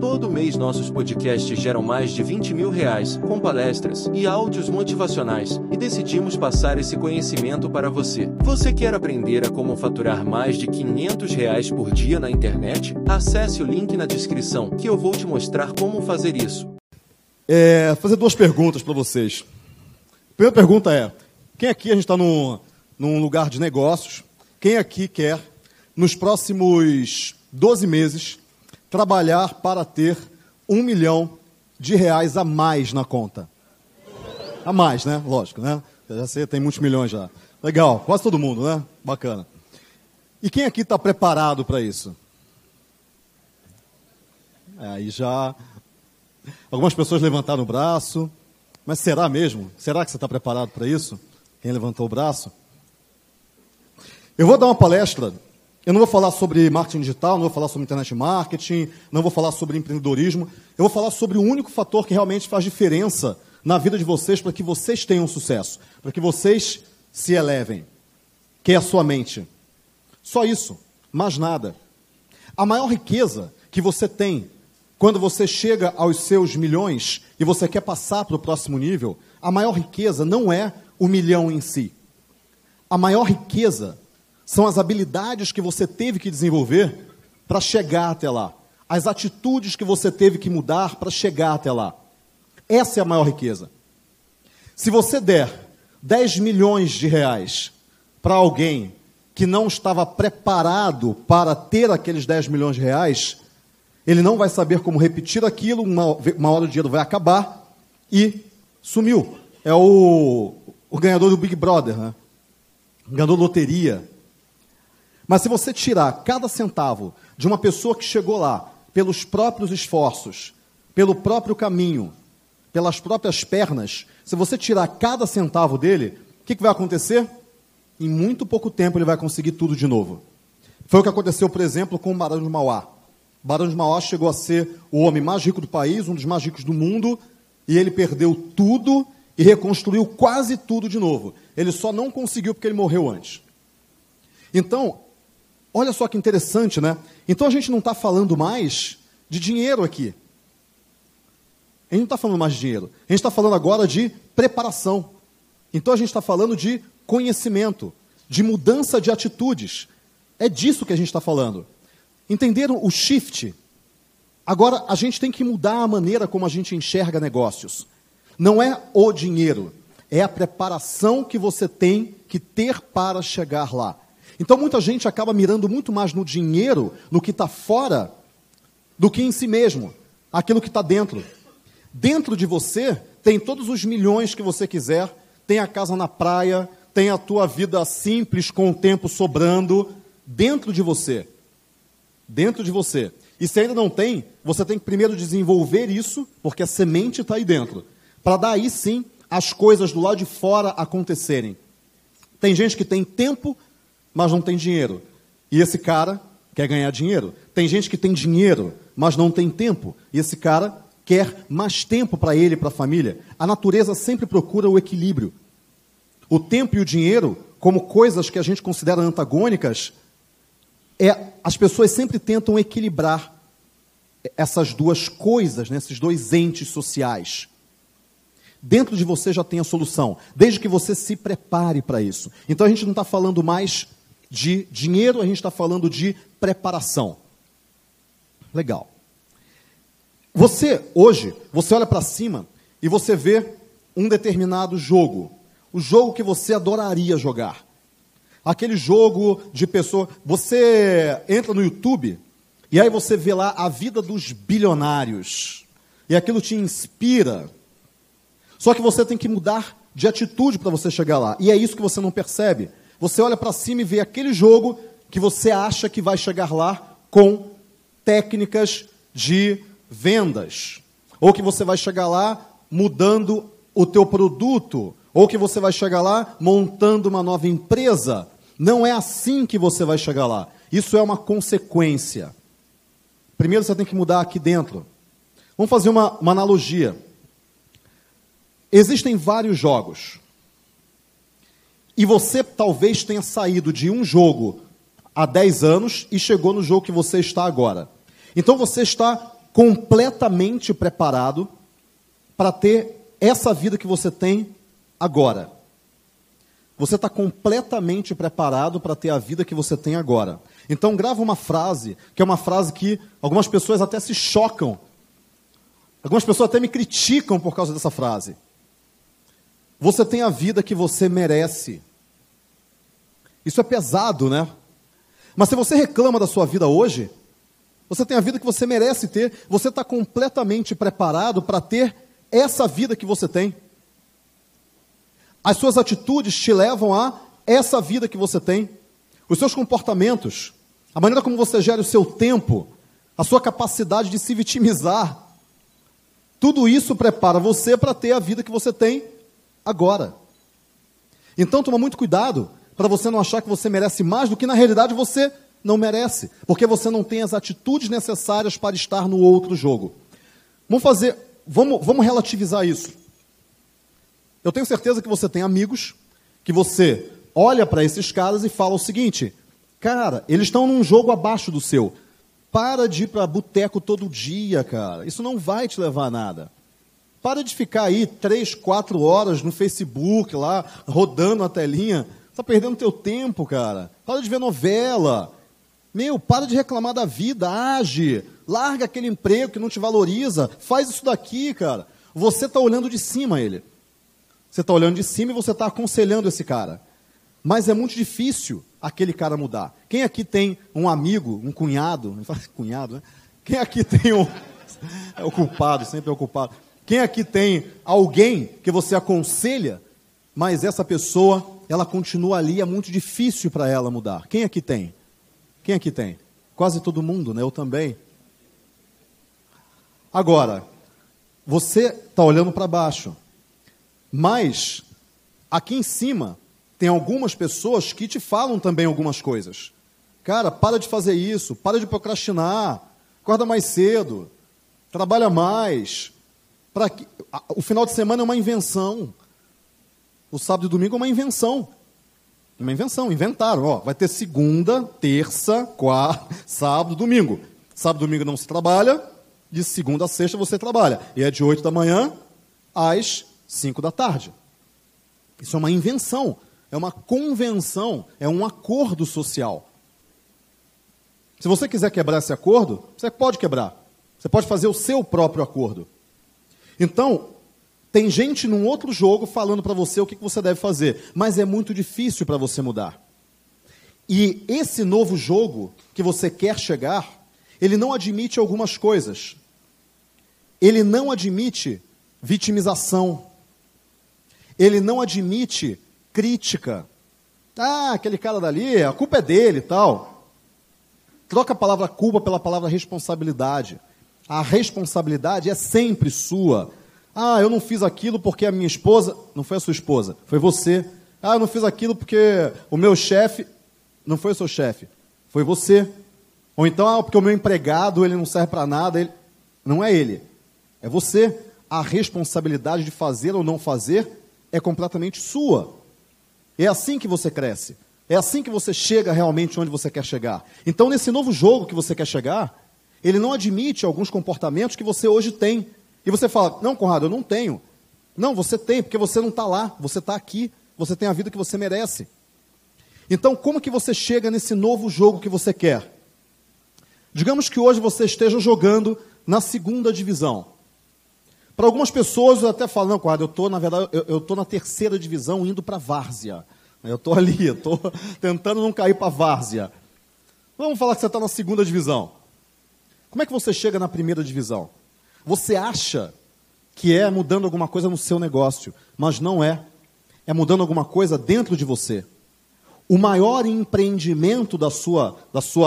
Todo mês nossos podcasts geram mais de R$20 mil, com palestras e áudios motivacionais, e decidimos passar esse conhecimento para você. Você quer aprender a como faturar mais de R$500 por dia na internet? Acesse o link na descrição que eu vou te mostrar como fazer isso. Fazer duas perguntas para vocês. A primeira pergunta é, quem aqui, a gente está num lugar de negócios, quem aqui quer, nos próximos 12 meses, trabalhar para ter R$1 milhão a mais na conta? A mais, né? Lógico, né? Já sei, tem muitos milhões já. Legal, quase todo mundo, né? Bacana. E quem aqui está preparado para isso? Aí já... Algumas pessoas levantaram o braço, mas será mesmo? Será que você está preparado para isso? Quem levantou o braço? Eu vou dar uma palestra, eu não vou falar sobre marketing digital, não vou falar sobre internet marketing, não vou falar sobre empreendedorismo, eu vou falar sobre o único fator que realmente faz diferença na vida de vocês para que vocês tenham sucesso, para que vocês se elevem, que é a sua mente. Só isso, mais nada. A maior riqueza que você tem quando você chega aos seus milhões e você quer passar para o próximo nível, a maior riqueza não é o milhão em si. A maior riqueza são as habilidades que você teve que desenvolver para chegar até lá. As atitudes que você teve que mudar para chegar até lá. Essa é a maior riqueza. Se você der R$10 milhões para alguém que não estava preparado para ter aqueles R$10 milhões, ele não vai saber como repetir aquilo, uma hora o dinheiro vai acabar e sumiu. É o ganhador do Big Brother, né? Ganhador da loteria. Mas se você tirar cada centavo de uma pessoa que chegou lá pelos próprios esforços, pelo próprio caminho, pelas próprias pernas, se você tirar cada centavo dele, o que vai acontecer? Em muito pouco tempo ele vai conseguir tudo de novo. Foi o que aconteceu, por exemplo, com o Barão de Mauá. O Barão de Mauá chegou a ser o homem mais rico do país, um dos mais ricos do mundo, e ele perdeu tudo e reconstruiu quase tudo de novo. Ele só não conseguiu porque ele morreu antes. Então, olha só que interessante, né? Então a gente não está falando mais de dinheiro aqui. A gente não está falando mais de dinheiro. A gente está falando agora de preparação. Então a gente está falando de conhecimento, de mudança de atitudes. É disso que a gente está falando. Entenderam o shift? Agora, a gente tem que mudar a maneira como a gente enxerga negócios. Não é o dinheiro, é a preparação que você tem que ter para chegar lá. Então, muita gente acaba mirando muito mais no dinheiro, no que está fora, do que em si mesmo, aquilo que está dentro. Dentro de você, tem todos os milhões que você quiser, tem a casa na praia, tem a tua vida simples, com o tempo sobrando, dentro de você. Dentro de você. E se ainda não tem, você tem que primeiro desenvolver isso, porque a semente está aí dentro, para daí sim as coisas do lado de fora acontecerem. Tem gente que tem tempo, mas não tem dinheiro. E esse cara quer ganhar dinheiro. Tem gente que tem dinheiro, mas não tem tempo. E esse cara quer mais tempo para ele e para a família. A natureza sempre procura o equilíbrio. O tempo e o dinheiro, como coisas que a gente considera antagônicas, as pessoas sempre tentam equilibrar essas duas coisas, né, esses dois entes sociais. Dentro de você já tem a solução, desde que você se prepare para isso. Então a gente não está falando mais de dinheiro, a gente está falando de preparação. Legal. Hoje, você olha para cima e você vê um determinado jogo. O jogo que você adoraria jogar. Aquele jogo de pessoa... Você entra no YouTube e aí você vê lá a vida dos bilionários. E aquilo te inspira. Só que você tem que mudar de atitude para você chegar lá. E é isso que você não percebe. Você olha para cima e vê aquele jogo que você acha que vai chegar lá com técnicas de vendas. Ou que você vai chegar lá mudando o teu produto. Ou que você vai chegar lá montando uma nova empresa. Não é assim que você vai chegar lá. Isso é uma consequência. Primeiro você tem que mudar aqui dentro. Vamos fazer uma analogia. Existem vários jogos. E você talvez tenha saído de um jogo há 10 anos e chegou no jogo que você está agora. Então você está completamente preparado para ter essa vida que você tem agora. Você está completamente preparado para ter a vida que você tem agora. Então, grava uma frase, que é uma frase que algumas pessoas até se chocam. Algumas pessoas até me criticam por causa dessa frase. Você tem a vida que você merece. Isso é pesado, né? Mas se você reclama da sua vida hoje, você tem a vida que você merece ter, você está completamente preparado para ter essa vida que você tem. As suas atitudes te levam a essa vida que você tem. Os seus comportamentos, a maneira como você gera o seu tempo, a sua capacidade de se vitimizar, tudo isso prepara você para ter a vida que você tem agora. Então, toma muito cuidado para você não achar que você merece mais do que na realidade você não merece, porque você não tem as atitudes necessárias para estar no outro jogo. Vamos relativizar isso. Eu tenho certeza que você tem amigos, que você olha para esses caras e fala o seguinte: cara, eles estão num jogo abaixo do seu. Para de ir para boteco todo dia, cara. Isso não vai te levar a nada. Para de ficar aí 3, 4 horas no Facebook, lá, rodando a telinha. Está perdendo teu tempo, cara. Para de ver novela. Para de reclamar da vida, age. Larga aquele emprego que não te valoriza. Faz isso daqui, cara. Você está olhando de cima ele. Você está olhando de cima e você está aconselhando esse cara. Mas é muito difícil aquele cara mudar. Quem aqui tem um amigo, um cunhado, cunhado, né? Quem aqui tem um... É o culpado, sempre é o culpado. Quem aqui tem alguém que você aconselha, mas essa pessoa, ela continua ali, é muito difícil para ela mudar. Quem aqui tem? Quem aqui tem? Quase todo mundo, né? Eu também. Agora, você está olhando para baixo, mas aqui em cima tem algumas pessoas que te falam também algumas coisas. Cara, para de fazer isso, para de procrastinar, acorda mais cedo, trabalha mais. O final de semana é uma invenção. O sábado e domingo é uma invenção. Uma invenção, inventaram. Ó, vai ter segunda, terça, quarta, sábado, domingo. Sábado e domingo não se trabalha, de segunda a sexta você trabalha. E é de 8 da manhã às 5 da tarde. Isso é uma invenção, é uma convenção, é um acordo social. Se você quiser quebrar esse acordo, você pode quebrar. Você pode fazer o seu próprio acordo. Então, tem gente num outro jogo falando para você o que você deve fazer, mas é muito difícil para você mudar. E esse novo jogo que você quer chegar, ele não admite algumas coisas. Ele não admite vitimização. Ele não admite crítica. Ah, aquele cara dali, a culpa é dele e tal. Troca a palavra culpa pela palavra responsabilidade. A responsabilidade é sempre sua. Ah, eu não fiz aquilo porque a minha esposa... Não foi a sua esposa, foi você. Ah, eu não fiz aquilo porque o meu chefe... Não foi o seu chefe, foi você. Ou então, porque o meu empregado, ele não serve para nada. Não é ele, é você. A responsabilidade de fazer ou não fazer é completamente sua. É assim que você cresce. É assim que você chega realmente onde você quer chegar. Então, nesse novo jogo que você quer chegar, ele não admite alguns comportamentos que você hoje tem. E você fala, não, Conrado, eu não tenho. Não, você tem, porque você não está lá, você está aqui, você tem a vida que você merece. Então, como que você chega nesse novo jogo que você quer? Digamos que hoje você esteja jogando na 2ª divisão. Para algumas pessoas, eu até falo, não, Conrado, na verdade, eu estou na 3ª divisão indo para a várzea. Eu estou ali, eu estou tentando não cair para a várzea. Vamos falar que você está na 2ª divisão. Como é que você chega na 1ª divisão? Você acha que é mudando alguma coisa no seu negócio, mas não é. É mudando alguma coisa dentro de você. O maior empreendimento da sua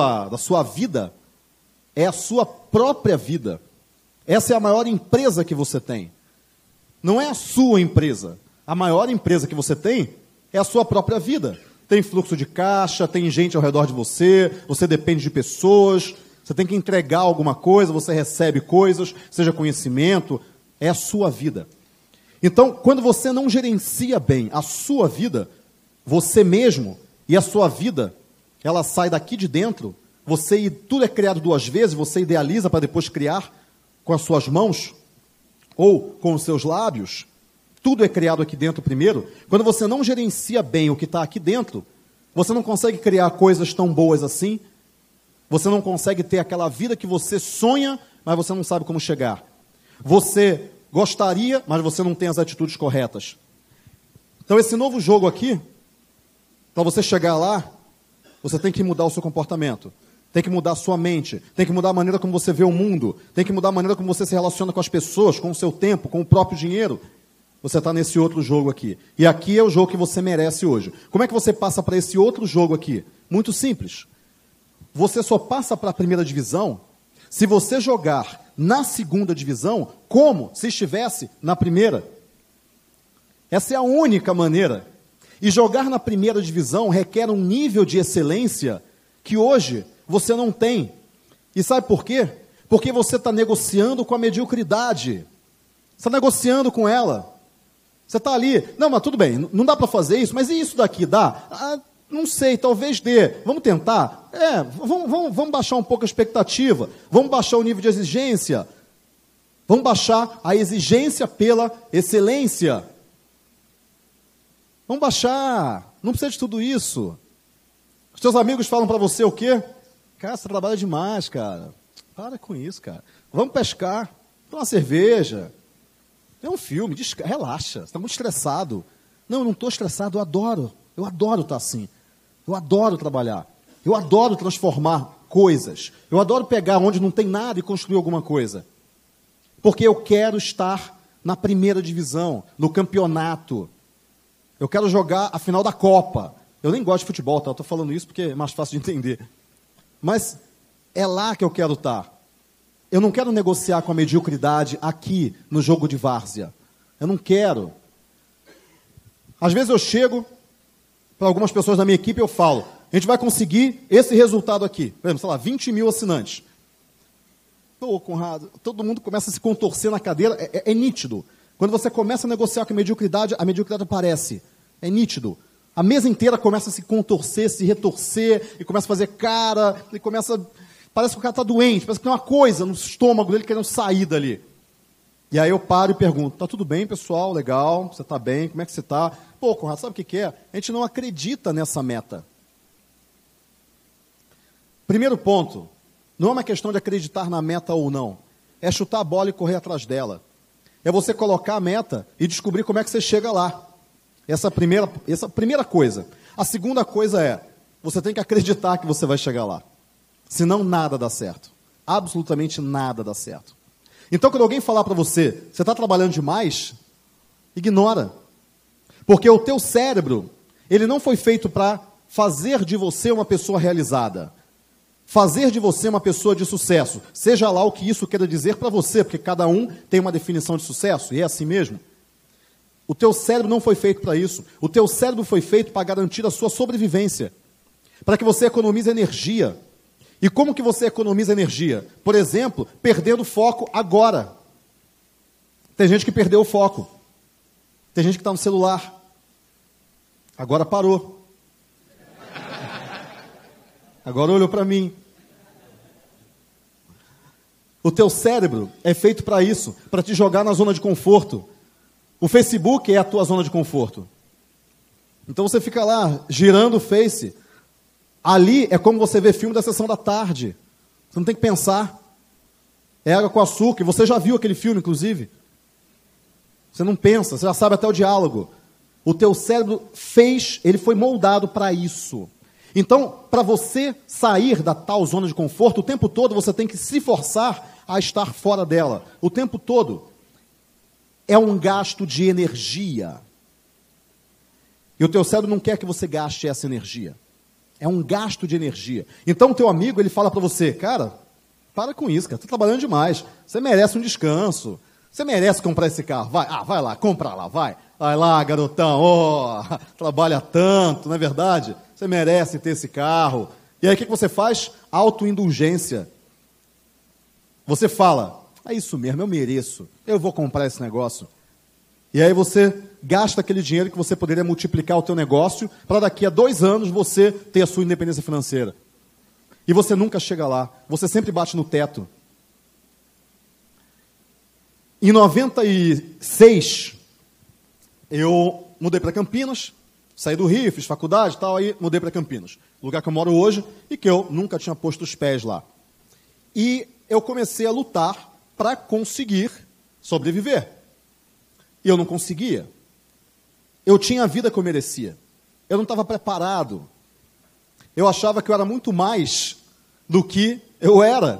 vida é a sua própria vida. Essa é a maior empresa que você tem. Não é a sua empresa. A maior empresa que você tem é a sua própria vida. Tem fluxo de caixa, tem gente ao redor de você, você depende de pessoas, você tem que entregar alguma coisa, você recebe coisas, seja conhecimento, é a sua vida. Então, quando você não gerencia bem a sua vida, você mesmo e a sua vida, ela sai daqui de dentro, tudo é criado 2 vezes, você idealiza para depois criar, com as suas mãos ou com os seus lábios, tudo é criado aqui dentro primeiro. Quando você não gerencia bem o que está aqui dentro, você não consegue criar coisas tão boas assim, você não consegue ter aquela vida que você sonha, mas você não sabe como chegar. Você gostaria, mas você não tem as atitudes corretas. Então esse novo jogo aqui, para você chegar lá, você tem que mudar o seu comportamento, tem que mudar a sua mente, tem que mudar a maneira como você vê o mundo, tem que mudar a maneira como você se relaciona com as pessoas, com o seu tempo, com o próprio dinheiro. Você está nesse outro jogo aqui. E aqui é o jogo que você merece hoje. Como é que você passa para esse outro jogo aqui? Muito simples. Você só passa para a primeira divisão se você jogar na segunda divisão como se estivesse na primeira. Essa é a única maneira. E jogar na primeira divisão requer um nível de excelência que hoje você não tem. E sabe por quê? Porque você está negociando com a mediocridade. Você está negociando com ela. Você está ali, não, mas tudo bem, não dá para fazer isso, mas e isso daqui, dá? Ah, não sei, talvez dê. Vamos tentar? Vamos baixar um pouco a expectativa, vamos baixar o nível de exigência, vamos baixar a exigência pela excelência. Vamos baixar, não precisa de tudo isso. Os seus amigos falam para você o quê? Cara, você trabalha demais, cara. Para com isso, cara. Vamos pescar, toma uma cerveja. É um filme, relaxa, você está muito estressado. Não, eu não estou estressado, eu adoro estar assim. Eu adoro trabalhar, eu adoro transformar coisas. Eu adoro pegar onde não tem nada e construir alguma coisa. Porque eu quero estar na primeira divisão, no campeonato. Eu quero jogar a final da Copa. Eu nem gosto de futebol, tá? Eu estou falando isso porque é mais fácil de entender. Mas é lá que eu quero estar. Eu não quero negociar com a mediocridade aqui no jogo de várzea. Eu não quero. Às vezes eu chego para algumas pessoas da minha equipe e eu falo, a gente vai conseguir esse resultado aqui. Por exemplo, sei lá, 20 mil assinantes. Pô, Conrado, todo mundo começa a se contorcer na cadeira, é nítido. Quando você começa a negociar com a mediocridade aparece. É nítido. A mesa inteira começa a se contorcer, se retorcer, e começa a fazer cara, e começa... Parece que o cara está doente, parece que tem uma coisa no estômago dele querendo sair dali. E aí eu paro e pergunto, tá tudo bem, pessoal? Legal, você está bem? Como é que você está? Pô, Conrado, sabe o que é? A gente não acredita nessa meta. Primeiro ponto, não é uma questão de acreditar na meta ou não. É chutar a bola e correr atrás dela. É você colocar a meta e descobrir como é que você chega lá. Essa primeira coisa. A segunda coisa é, você tem que acreditar que você vai chegar lá. Senão nada dá certo. Absolutamente nada dá certo. Então, quando alguém falar para você, você está trabalhando demais, ignora. Porque o teu cérebro, ele não foi feito para fazer de você uma pessoa realizada. Fazer de você uma pessoa de sucesso. Seja lá o que isso queira dizer para você, porque cada um tem uma definição de sucesso, e é assim mesmo. O teu cérebro não foi feito para isso. O teu cérebro foi feito para garantir a sua sobrevivência. Para que você economize energia. E como que você economiza energia? Por exemplo, perdendo foco agora. Tem gente que perdeu o foco. Tem gente que está no celular. Agora parou. Agora olhou para mim. O teu cérebro é feito para isso, para te jogar na zona de conforto. O Facebook é a tua zona de conforto. Então você fica lá, girando o Face. Ali é como você vê filme da sessão da tarde. Você não tem que pensar. É água com açúcar. Você já viu aquele filme, inclusive. Você não pensa, você já sabe até o diálogo. O teu cérebro ele foi moldado para isso. Então, para você sair da tal zona de conforto, o tempo todo você tem que se forçar a estar fora dela. O tempo todo. É um gasto de energia. E o teu cérebro não quer que você gaste essa energia. É um gasto de energia. Então o teu amigo, ele fala para você, cara, para com isso, cara, você está trabalhando demais. Você merece um descanso. Você merece comprar esse carro. Vai lá, compra lá, vai. Vai lá, garotão, trabalha tanto, não é verdade? Você merece ter esse carro. E aí o que você faz? Autoindulgência. Você fala, é isso mesmo, eu mereço. Eu vou comprar esse negócio. E aí você gasta aquele dinheiro que você poderia multiplicar o teu negócio para daqui a 2 anos você ter a sua independência financeira. E você nunca chega lá. Você sempre bate no teto. Em 96, eu mudei para Campinas, saí do Rio, fiz faculdade e tal, aí mudei para Campinas, lugar que eu moro hoje e que eu nunca tinha posto os pés lá. E eu comecei a lutar para conseguir sobreviver. E eu não conseguia. Eu tinha a vida que eu merecia. Eu não estava preparado. Eu achava que eu era muito mais do que eu era.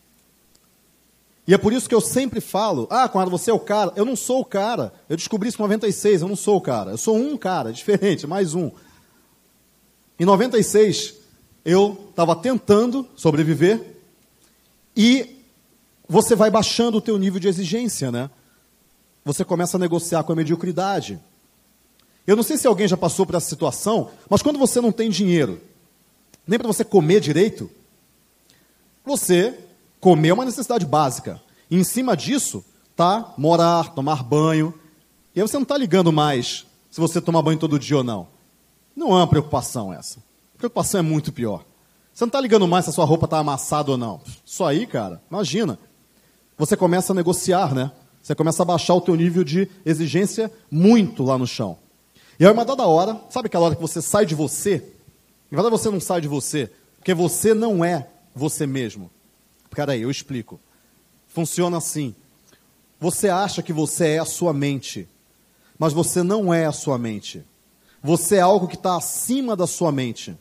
E é por isso que eu sempre falo, Conrado, você é o cara. Eu não sou o cara. Eu descobri isso em 96, eu não sou o cara. Eu sou um cara, diferente, mais um. Em 96, eu estava tentando sobreviver e você vai baixando o teu nível de exigência, né? Você começa a negociar com a mediocridade. Eu não sei se alguém já passou por essa situação, mas quando você não tem dinheiro, nem para você comer direito, você comer é uma necessidade básica. E em cima disso, tá morar, tomar banho. E aí você não está ligando mais se você toma banho todo dia ou não. Não é uma preocupação essa. A preocupação é muito pior. Você não está ligando mais se a sua roupa está amassada ou não. Isso aí, cara, imagina. Você começa a negociar, né? Você começa a baixar o teu nível de exigência muito lá no chão. E aí, uma dada hora, sabe aquela hora que você sai de você? Na verdade, você não sai de você, porque você não é você mesmo. Peraí, eu explico. Funciona assim. Você acha que você é a sua mente, mas você não é a sua mente. Você é algo que está acima da sua mente.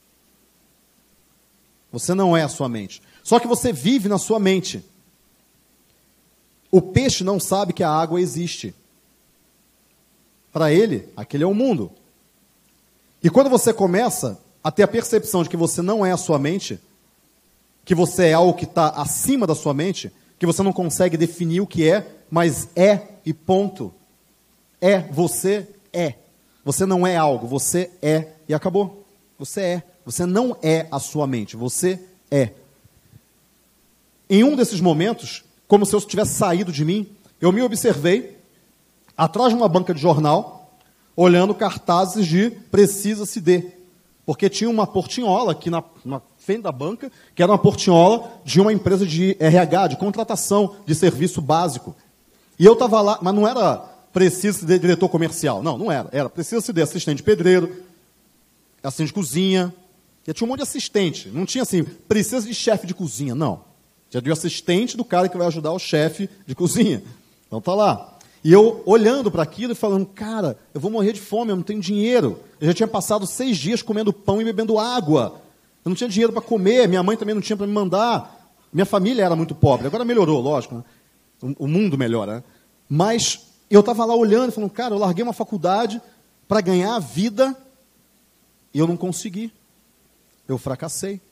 Você não é a sua mente. Só que você vive na sua mente. O peixe não sabe que a água existe. Para ele, aquele é o mundo. E quando você começa a ter a percepção de que você não é a sua mente, que você é algo que está acima da sua mente, que você não consegue definir o que é, mas é e ponto. É, você é. Você não é algo, você é e acabou. Você é. Você não é a sua mente, você é. Em um desses momentos, como se eu tivesse saído de mim, eu me observei atrás de uma banca de jornal, olhando cartazes de precisa-se de. Porque tinha uma portinhola aqui na frente da banca, que era uma portinhola de uma empresa de RH, de contratação de serviço básico. E eu estava lá, mas não era precisa-se de diretor comercial. Não, não era. Era precisa-se de assistente de pedreiro, assistente de cozinha. E tinha um monte de assistente. Não tinha assim, precisa de chefe de cozinha. Não. Tinha de assistente do cara que vai ajudar o chefe de cozinha. Então tá lá. E eu olhando para aquilo e falando, cara, eu vou morrer de fome, eu não tenho dinheiro. Eu já tinha passado 6 dias comendo pão e bebendo água. Eu não tinha dinheiro para comer, minha mãe também não tinha para me mandar. Minha família era muito pobre. Agora melhorou, lógico, né? O mundo melhora, né? Mas eu estava lá olhando e falando, cara, eu larguei uma faculdade para ganhar a vida e eu não consegui. Eu fracassei.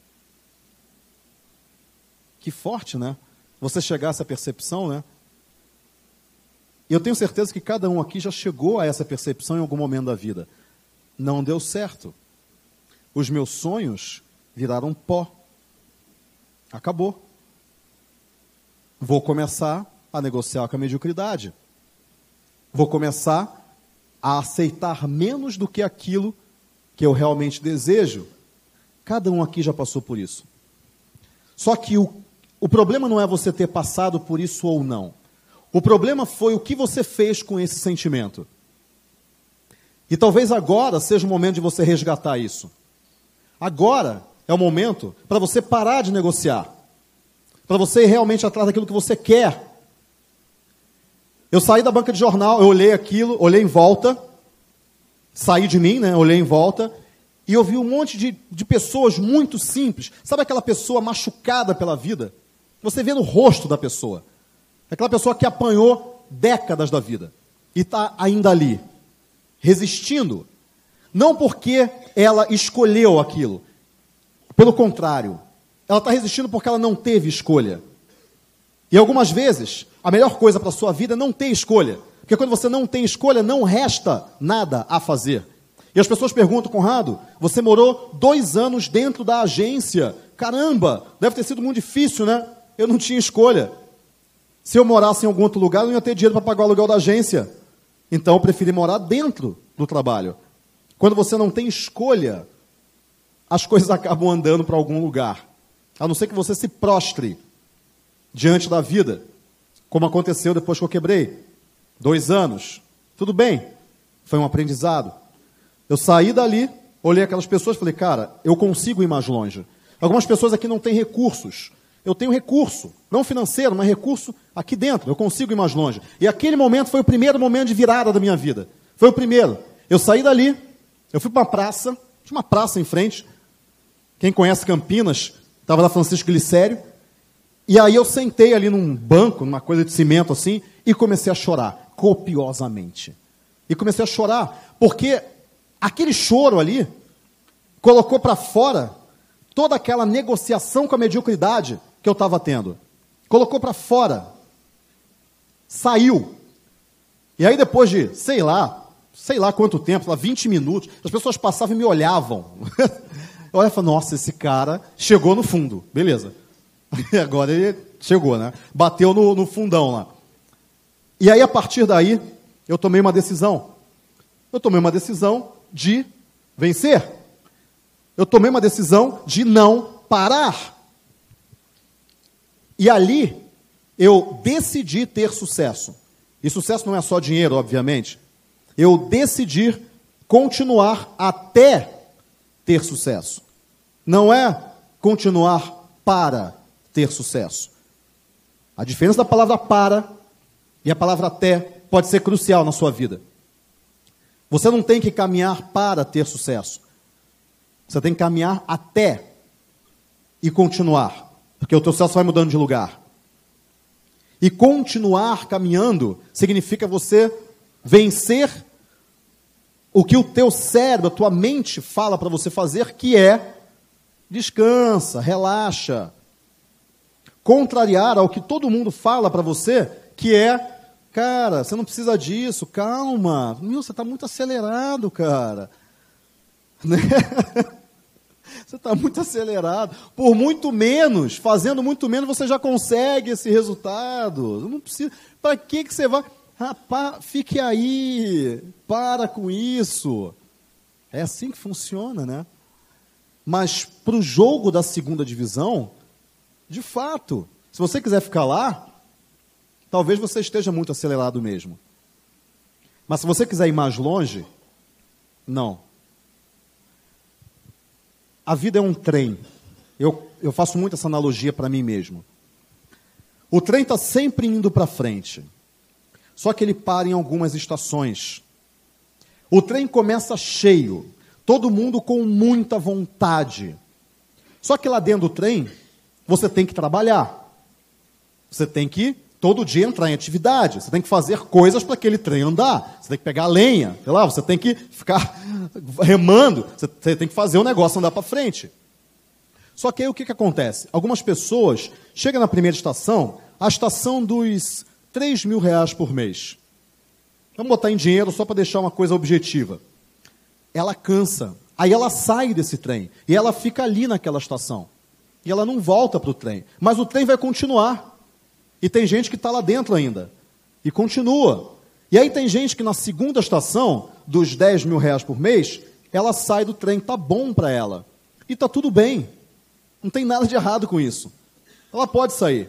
Que forte, né? Você chegar a essa percepção, né? E eu tenho certeza que cada um aqui já chegou a essa percepção em algum momento da vida. Não deu certo. Os meus sonhos viraram pó. Acabou. Vou começar a negociar com a mediocridade. Vou começar a aceitar menos do que aquilo que eu realmente desejo. Cada um aqui já passou por isso. Só que o problema não é você ter passado por isso ou não. O problema foi o que você fez com esse sentimento. E talvez agora seja o momento de você resgatar isso. Agora é o momento para você parar de negociar. Para você ir realmente atrás daquilo que você quer. Eu saí da banca de jornal, eu olhei aquilo, olhei em volta, saí de mim, né? Olhei em volta, e eu vi um monte de pessoas muito simples. Sabe aquela pessoa machucada pela vida? Você vê no rosto da pessoa. Aquela pessoa que apanhou décadas da vida e está ainda ali, resistindo. Não porque ela escolheu aquilo. Pelo contrário, ela está resistindo porque ela não teve escolha. E algumas vezes, a melhor coisa para a sua vida é não ter escolha. Porque quando você não tem escolha, não resta nada a fazer. E as pessoas perguntam, Conrado, você morou 2 anos dentro da agência. Caramba, deve ter sido muito difícil, né? Eu não tinha escolha. Se eu morasse em algum outro lugar, eu não ia ter dinheiro para pagar o aluguel da agência. Então, eu preferi morar dentro do trabalho. Quando você não tem escolha, as coisas acabam andando para algum lugar. A não ser que você se prostre diante da vida, como aconteceu depois que eu quebrei. 2 anos. Tudo bem. Foi um aprendizado. Eu saí dali, olhei aquelas pessoas e falei, cara, eu consigo ir mais longe. Algumas pessoas aqui não têm recursos. Eu tenho recurso, não financeiro, mas recurso aqui dentro. Eu consigo ir mais longe. E aquele momento foi o primeiro momento de virada da minha vida. Foi o primeiro. Eu saí dali, eu fui para uma praça, tinha uma praça em frente. Quem conhece Campinas, estava lá Francisco Glicério. E aí eu sentei ali num banco, numa coisa de cimento assim, e comecei a chorar, copiosamente. E comecei a chorar, porque aquele choro ali colocou para fora toda aquela negociação com a mediocridade que eu estava tendo. Colocou para fora. Saiu. E aí depois de, sei lá quanto tempo, lá 20 minutos, as pessoas passavam e me olhavam. Eu olhava e falava, nossa, esse cara chegou no fundo. Beleza. Agora ele chegou, né? Bateu no fundão lá. E aí, a partir daí, eu tomei uma decisão. Eu tomei uma decisão de vencer. Eu tomei uma decisão de não parar. E ali, eu decidi ter sucesso. E sucesso não é só dinheiro, obviamente. Eu decidi continuar até ter sucesso. Não é continuar para ter sucesso. A diferença da palavra para e a palavra até pode ser crucial na sua vida. Você não tem que caminhar para ter sucesso. Você tem que caminhar até e continuar. Porque o teu sucesso vai mudando de lugar. E continuar caminhando significa você vencer o que o teu cérebro, a tua mente fala para você fazer, que é descansa, relaxa. Contrariar ao que todo mundo fala para você, que é, cara, você não precisa disso, calma. Meu, você está muito acelerado, cara. Né? Você está muito acelerado. Por muito menos, fazendo muito menos, você já consegue esse resultado. Não precisa. Para que você vai? Rapaz, fique aí. Para com isso. É assim que funciona, né? Mas para o jogo da segunda divisão, de fato, se você quiser ficar lá, talvez você esteja muito acelerado mesmo. Mas se você quiser ir mais longe, não. A vida é um trem. Eu faço muito essa analogia para mim mesmo. O trem está sempre indo para frente. Só que ele para em algumas estações. O trem começa cheio. Todo mundo com muita vontade. Só que lá dentro do trem, você tem que trabalhar. Você tem que, todo dia, entrar em atividade. Você tem que fazer coisas para aquele trem andar. Você tem que pegar lenha, sei lá, você tem que ficar remando. Você tem que fazer o negócio andar para frente. Só que aí o que acontece? Algumas pessoas chegam na primeira estação, a estação dos R$3.000 por mês. Vamos botar em dinheiro só para deixar uma coisa objetiva. Ela cansa. Aí ela sai desse trem. E ela fica ali naquela estação. E ela não volta para o trem. Mas o trem vai continuar. E tem gente que está lá dentro ainda. E continua. E aí tem gente que na segunda estação, dos R$10.000 por mês, ela sai do trem. Está bom para ela. E está tudo bem. Não tem nada de errado com isso. Ela pode sair.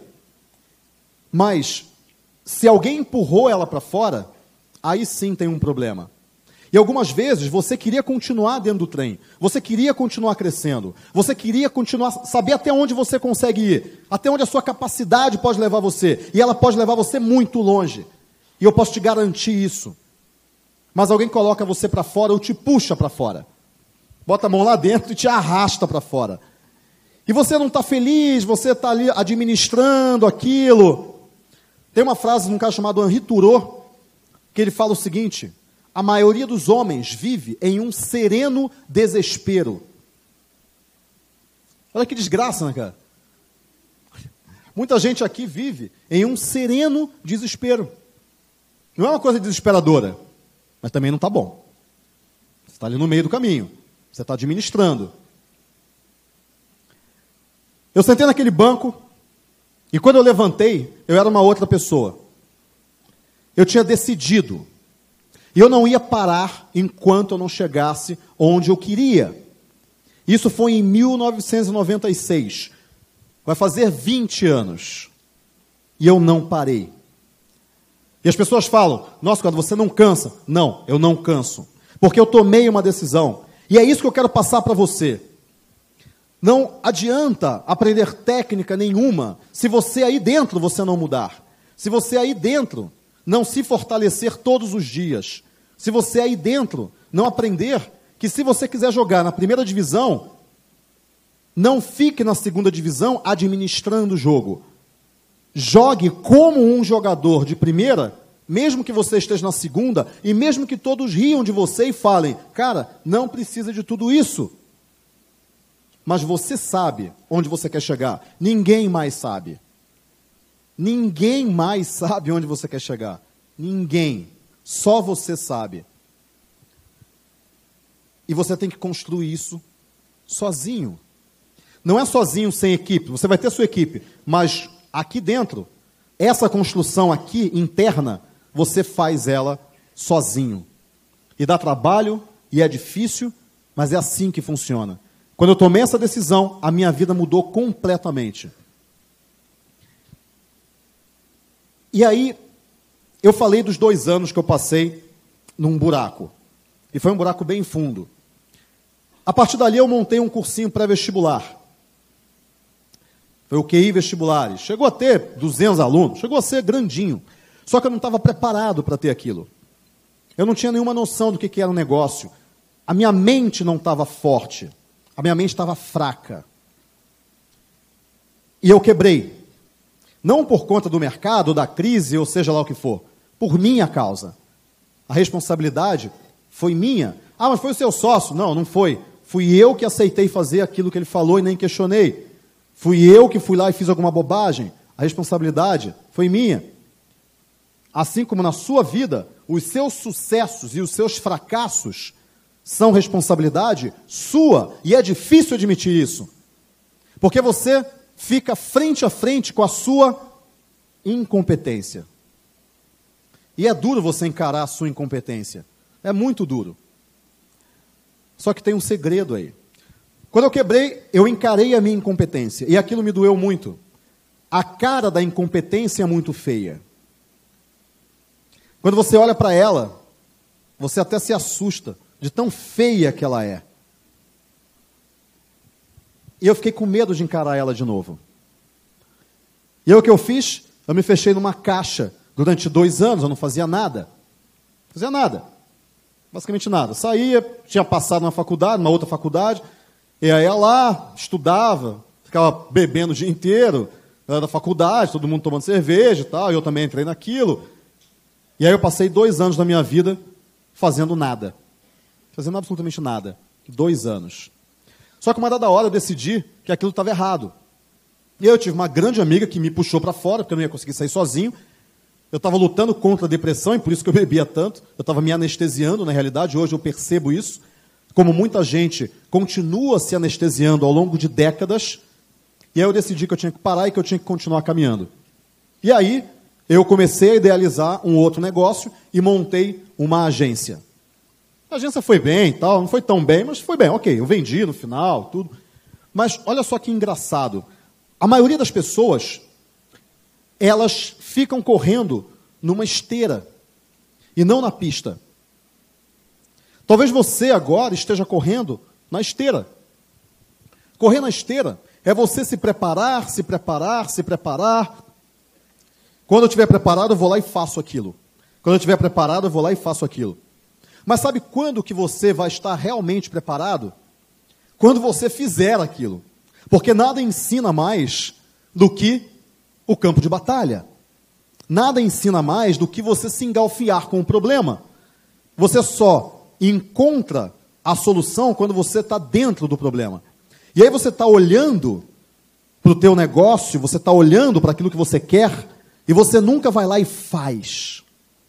Mas, se alguém empurrou ela para fora, aí sim tem um problema. E algumas vezes você queria continuar dentro do trem. Você queria continuar crescendo. Você queria continuar, saber até onde você consegue ir. Até onde a sua capacidade pode levar você. E ela pode levar você muito longe. E eu posso te garantir isso. Mas alguém coloca você para fora ou te puxa para fora. Bota a mão lá dentro e te arrasta para fora. E você não está feliz, você está ali administrando aquilo. Tem uma frase de um cara chamado Henri Thoreau, que ele fala o seguinte: a maioria dos homens vive em um sereno desespero. Olha que desgraça, né, cara? Muita gente aqui vive em um sereno desespero. Não é uma coisa desesperadora, mas também não está bom. Você está ali no meio do caminho. Você está administrando. Eu sentei naquele banco e quando eu levantei, eu era uma outra pessoa. Eu tinha decidido. E eu não ia parar enquanto eu não chegasse onde eu queria. Isso foi em 1996. Vai fazer 20 anos. E eu não parei. E as pessoas falam, nossa, quando você não cansa. Não, eu não canso. Porque eu tomei uma decisão. E é isso que eu quero passar para você. Não adianta aprender técnica nenhuma se você aí dentro você não mudar. Se você aí dentro não se fortalecer todos os dias. Se você aí dentro não aprender que se você quiser jogar na primeira divisão, não fique na segunda divisão administrando o jogo. Jogue como um jogador de primeira, mesmo que você esteja na segunda, e mesmo que todos riam de você e falem, cara, não precisa de tudo isso. Mas você sabe onde você quer chegar. Ninguém mais sabe. Ninguém mais sabe onde você quer chegar. Ninguém. Só você sabe. E você tem que construir isso sozinho. Não é sozinho sem equipe. Você vai ter sua equipe. Mas aqui dentro, essa construção aqui interna, você faz ela sozinho. E dá trabalho, e é difícil, mas é assim que funciona. Quando eu tomei essa decisão, a minha vida mudou completamente. E aí, eu falei dos 2 anos que eu passei num buraco. E foi um buraco bem fundo. A partir dali, eu montei um cursinho pré-vestibular. Foi o QI Vestibulares. Chegou a ter 200 alunos, chegou a ser grandinho. Só que eu não estava preparado para ter aquilo. Eu não tinha nenhuma noção do que era um negócio. A minha mente não estava forte. A minha mente estava fraca. E eu quebrei. Não por conta do mercado, da crise, ou seja lá o que for. Por minha causa. A responsabilidade foi minha. Ah, mas foi o seu sócio? Não, não foi. Fui eu que aceitei fazer aquilo que ele falou e nem questionei. Fui eu que fui lá e fiz alguma bobagem. A responsabilidade foi minha. Assim como na sua vida, os seus sucessos e os seus fracassos são responsabilidade sua, e é difícil admitir isso. Porque você fica frente a frente com a sua incompetência. E é duro você encarar a sua incompetência. É muito duro. Só que tem um segredo aí. Quando eu quebrei, eu encarei a minha incompetência, e aquilo me doeu muito. A cara da incompetência é muito feia. Quando você olha para ela, você até se assusta de tão feia que ela é. E eu fiquei com medo de encarar ela de novo. E aí o que eu fiz? Eu me fechei numa caixa durante 2 anos, eu não fazia nada. Não fazia nada. Basicamente nada. Saía, tinha passado numa faculdade, numa outra faculdade, e aí ia lá, estudava, ficava bebendo o dia inteiro, era da faculdade, todo mundo tomando cerveja e tal, e eu também entrei naquilo. E aí eu passei 2 anos da minha vida fazendo nada. Fazendo absolutamente nada. 2 anos. Só que uma dada hora eu decidi que aquilo estava errado. E aí eu tive uma grande amiga que me puxou para fora, porque eu não ia conseguir sair sozinho. Eu estava lutando contra a depressão, e por isso que eu bebia tanto. Eu estava me anestesiando, na realidade, hoje eu percebo isso. Como muita gente continua se anestesiando ao longo de décadas. E aí eu decidi que eu tinha que parar e que eu tinha que continuar caminhando. E aí eu comecei a idealizar um outro negócio e montei uma agência. A agência foi bem e tal, não foi tão bem, mas foi bem, ok, eu vendi no final, tudo. Mas olha só que engraçado. A maioria das pessoas, elas ficam correndo numa esteira e não na pista. Talvez você agora esteja correndo na esteira. Correr na esteira é você se preparar, se preparar, se preparar. Quando eu estiver preparado, eu vou lá e faço aquilo. Quando eu estiver preparado, eu vou lá e faço aquilo. Mas sabe quando que você vai estar realmente preparado? Quando você fizer aquilo. Porque nada ensina mais do que o campo de batalha. Nada ensina mais do que você se engalfiar com o problema. Você só encontra a solução quando você está dentro do problema. E aí você está olhando para o teu negócio, você está olhando para aquilo que você quer, e você nunca vai lá e faz.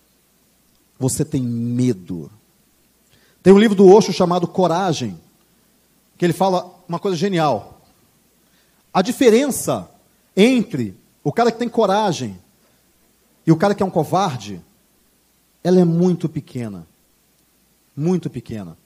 Você tem medo. Tem um livro do Osho chamado Coragem, que ele fala uma coisa genial. A diferença entre o cara que tem coragem e o cara que é um covarde, ela é muito pequena. Muito pequena.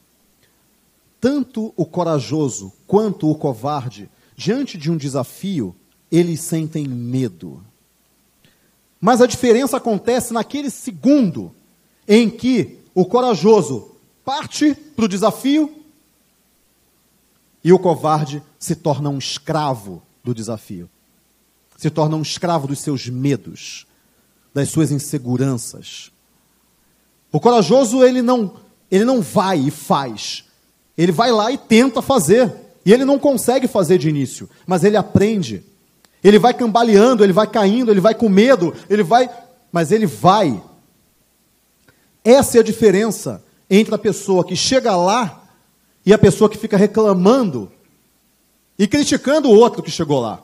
Tanto o corajoso quanto o covarde, diante de um desafio, eles sentem medo. Mas a diferença acontece naquele segundo em que o corajoso parte para o desafio e o covarde se torna um escravo do desafio. Se torna um escravo dos seus medos, das suas inseguranças. O corajoso, ele não vai e faz. Ele vai lá e tenta fazer. E ele não consegue fazer de início, mas ele aprende. Ele vai cambaleando, ele vai caindo, ele vai com medo, mas ele vai. Essa é a diferença entre a pessoa que chega lá e a pessoa que fica reclamando e criticando o outro que chegou lá.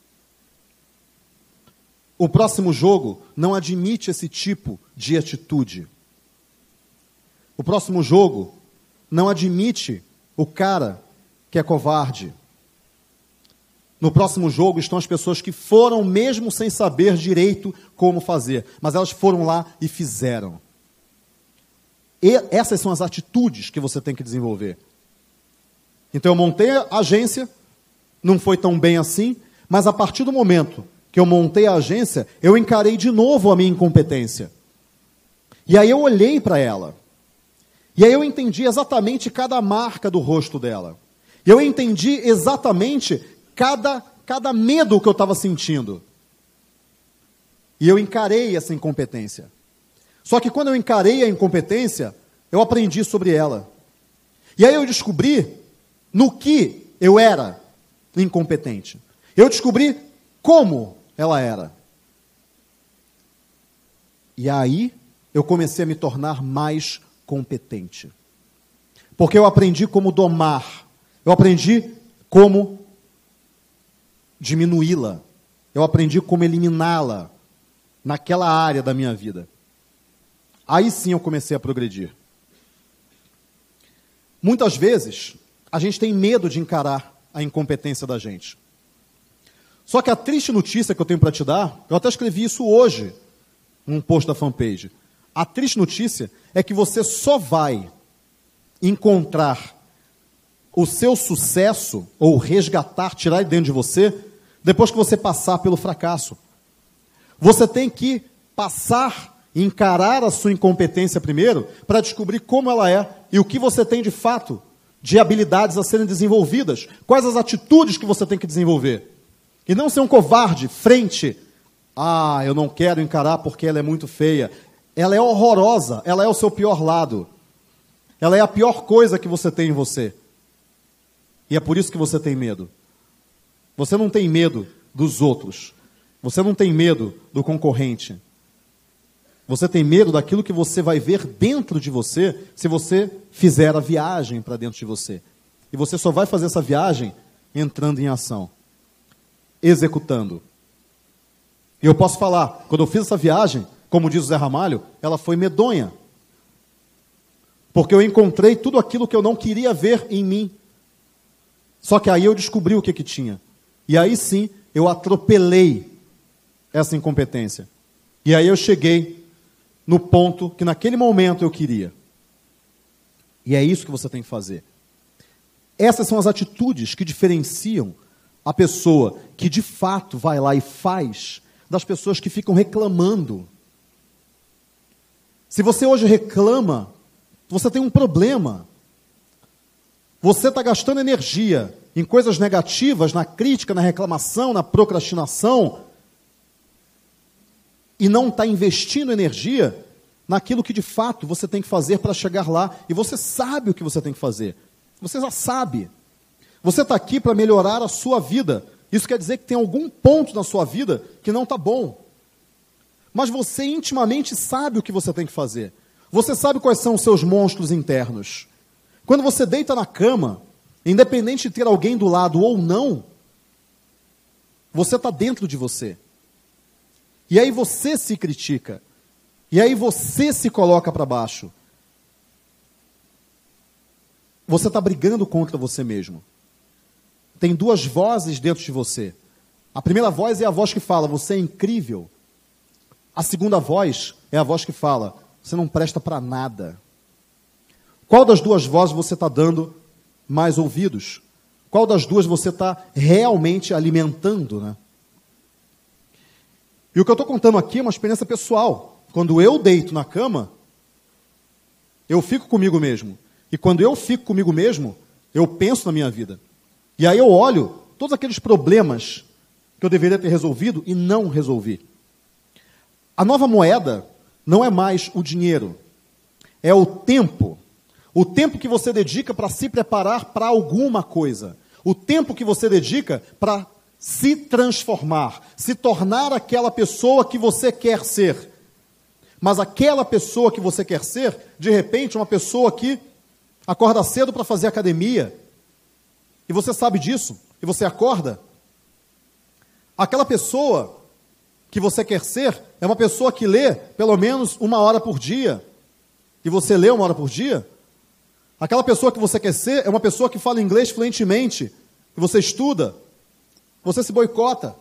O próximo jogo não admite esse tipo de atitude. O próximo jogo não admite o cara que é covarde. No próximo jogo estão as pessoas que foram mesmo sem saber direito como fazer, mas elas foram lá e fizeram. E essas são as atitudes que você tem que desenvolver. Então eu montei a agência, não foi tão bem assim, mas a partir do momento que eu montei a agência, eu encarei de novo a minha incompetência. E aí eu olhei para ela. E aí eu entendi exatamente cada marca do rosto dela. E eu entendi exatamente cada medo que eu estava sentindo. E eu encarei essa incompetência. Só que quando eu encarei a incompetência, eu aprendi sobre ela. E aí eu descobri no que eu era incompetente. Eu descobri como ela era. E aí eu comecei a me tornar mais competente. Porque eu aprendi como domar. Eu aprendi como diminuí-la. Eu aprendi como eliminá-la naquela área da minha vida. Aí sim eu comecei a progredir. Muitas vezes, a gente tem medo de encarar a incompetência da gente. Só que a triste notícia que eu tenho para te dar, eu até escrevi isso hoje, num post da fanpage. A triste notícia é que você só vai encontrar o seu sucesso, ou resgatar, tirar de dentro de você, depois que você passar pelo fracasso. Você tem que passar, encarar a sua incompetência primeiro, para descobrir como ela é, e o que você tem de fato, de habilidades a serem desenvolvidas, quais as atitudes que você tem que desenvolver. E não ser um covarde frente, eu não quero encarar porque ela é muito feia. Ela é horrorosa, ela é o seu pior lado. Ela é a pior coisa que você tem em você. E é por isso que você tem medo. Você não tem medo dos outros. Você não tem medo do concorrente. Você tem medo daquilo que você vai ver dentro de você se você fizer a viagem para dentro de você. E você só vai fazer essa viagem entrando em ação, executando. E eu posso falar, quando eu fiz essa viagem, como diz o Zé Ramalho, ela foi medonha. Porque eu encontrei tudo aquilo que eu não queria ver em mim. Só que aí eu descobri o que tinha. E aí sim, eu atropelei essa incompetência. E aí eu cheguei no ponto que naquele momento eu queria. E é isso que você tem que fazer. Essas são as atitudes que diferenciam a pessoa que de fato vai lá e faz, das pessoas que ficam reclamando. Se você hoje reclama, você tem um problema. Você está gastando energia em coisas negativas, na crítica, na reclamação, na procrastinação, e não está investindo energia naquilo que de fato você tem que fazer para chegar lá. E você sabe o que você tem que fazer. Você já sabe. Você está aqui para melhorar a sua vida. Isso quer dizer que tem algum ponto na sua vida que não está bom. Mas você intimamente sabe o que você tem que fazer. Você sabe quais são os seus monstros internos. Quando você deita na cama, independente de ter alguém do lado ou não, você está dentro de você. E aí você se critica. E aí você se coloca para baixo. Você está brigando contra você mesmo. Tem duas vozes dentro de você. A primeira voz é a voz que fala, você é incrível. A segunda voz é a voz que fala, você não presta para nada. Qual das duas vozes você está dando mais ouvidos? Qual das duas você está realmente alimentando, né? E o que eu estou contando aqui é uma experiência pessoal. Quando eu deito na cama, eu fico comigo mesmo. E quando eu fico comigo mesmo, eu penso na minha vida. E aí eu olho todos aqueles problemas que eu deveria ter resolvido e não resolvi. A nova moeda não é mais o dinheiro, é o tempo. O tempo que você dedica para se preparar para alguma coisa. O tempo que você dedica para se transformar, se tornar aquela pessoa que você quer ser. Mas aquela pessoa que você quer ser, de repente, uma pessoa que acorda cedo para fazer academia, e você sabe disso, e você acorda. Aquela pessoa que você quer ser é uma pessoa que lê pelo menos 1 hora por dia, e você lê 1 hora por dia. Aquela pessoa que você quer ser é uma pessoa que fala inglês fluentemente, e você estuda, você se boicota,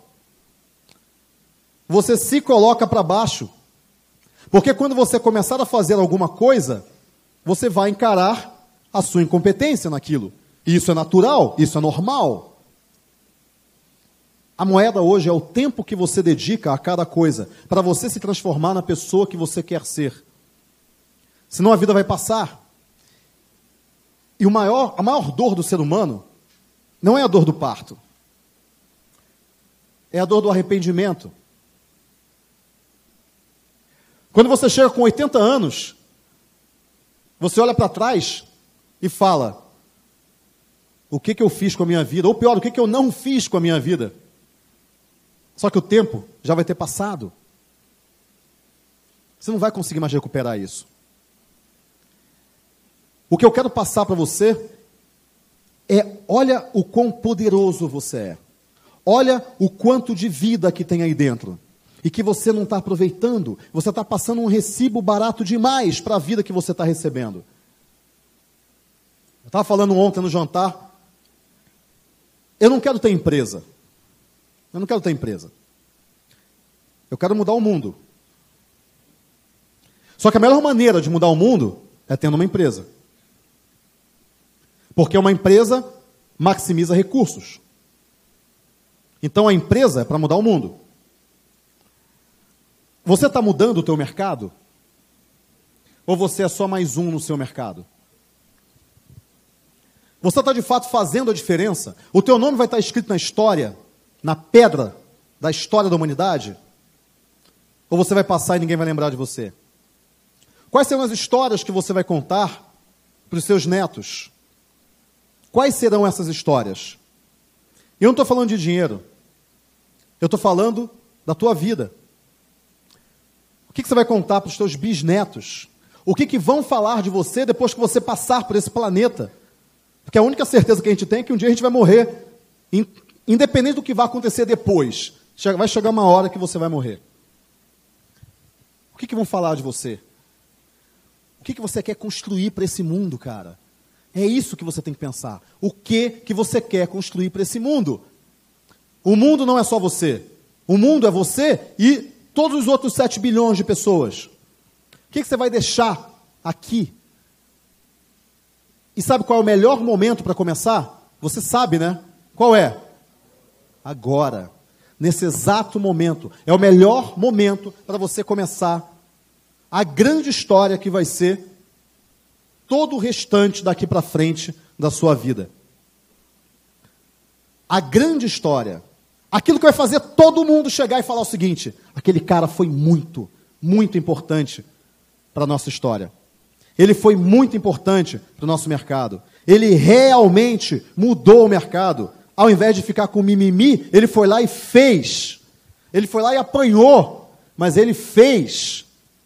você se coloca para baixo, porque quando você começar a fazer alguma coisa, você vai encarar a sua incompetência naquilo. E isso é natural, isso é normal. A moeda hoje é o tempo que você dedica a cada coisa, para você se transformar na pessoa que você quer ser. Senão a vida vai passar. E a maior dor do ser humano não é a dor do parto. É a dor do arrependimento. Quando você chega com 80 anos, você olha para trás e fala: o que eu fiz com a minha vida? Ou pior, o que eu não fiz com a minha vida? Só que o tempo já vai ter passado. Você não vai conseguir mais recuperar isso. O que eu quero passar para você é: olha o quão poderoso você é. Olha o quanto de vida que tem aí dentro. E que você não está aproveitando. Você está passando um recibo barato demais para a vida que você está recebendo. Eu estava falando ontem no jantar. Eu não quero ter empresa. Eu não quero ter empresa. Eu quero mudar o mundo. Só que a melhor maneira de mudar o mundo é tendo uma empresa. Porque uma empresa maximiza recursos. Então a empresa é para mudar o mundo. Você está mudando o teu mercado? Ou você é só mais um no seu mercado? Você está de fato fazendo a diferença? O teu nome vai estar escrito na história, na pedra da história da humanidade? Ou você vai passar e ninguém vai lembrar de você? Quais serão as histórias que você vai contar para os seus netos? Quais serão essas histórias? Eu não estou falando de dinheiro. Eu estou falando da tua vida. O que você vai contar para os teus bisnetos? O que vão falar de você depois que você passar por esse planeta? Porque a única certeza que a gente tem é que um dia a gente vai morrer, independente do que vai acontecer depois. Vai chegar uma hora que você vai morrer. O que vão falar de você? O que você quer construir para esse mundo, cara? É isso que você tem que pensar. O que você quer construir para esse mundo? O mundo não é só você. O mundo é você e todos os outros 7 bilhões de pessoas. O que você vai deixar aqui? E sabe qual é o melhor momento para começar? Você sabe, né? Qual é? Agora. Nesse exato momento. É o melhor momento para você começar a grande história que vai ser todo o restante daqui para frente da sua vida. A grande história. Aquilo que vai fazer todo mundo chegar e falar o seguinte: aquele cara foi muito, muito importante para a nossa história. Ele foi muito importante para o nosso mercado. Ele realmente mudou o mercado. Ao invés de ficar com mimimi, ele foi lá e fez. Ele foi lá e apanhou, mas ele fez.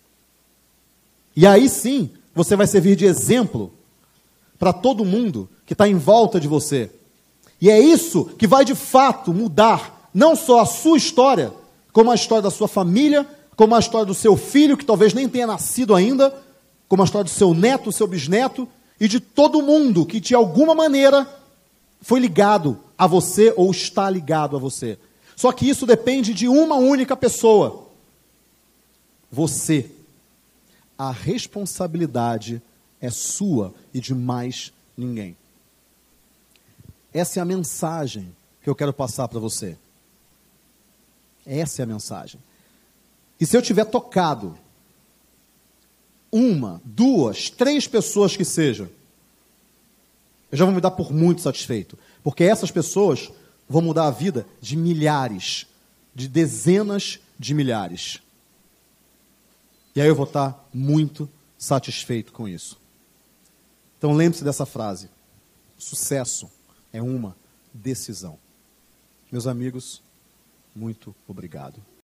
E aí sim, você vai servir de exemplo para todo mundo que está em volta de você. E é isso que vai de fato mudar não só a sua história, como a história da sua família, como a história do seu filho, que talvez nem tenha nascido ainda, como a história do seu neto, do seu bisneto, e de todo mundo que de alguma maneira foi ligado a você ou está ligado a você. Só que isso depende de uma única pessoa. Você. A responsabilidade é sua e de mais ninguém. Essa é a mensagem que eu quero passar para você. Essa é a mensagem. E se eu tiver tocado uma, duas, três pessoas que sejam, eu já vou me dar por muito satisfeito. Porque essas pessoas vão mudar a vida de milhares, de dezenas de milhares. E aí eu vou estar muito satisfeito com isso. Então lembre-se dessa frase. Sucesso é uma decisão. Meus amigos, muito obrigado.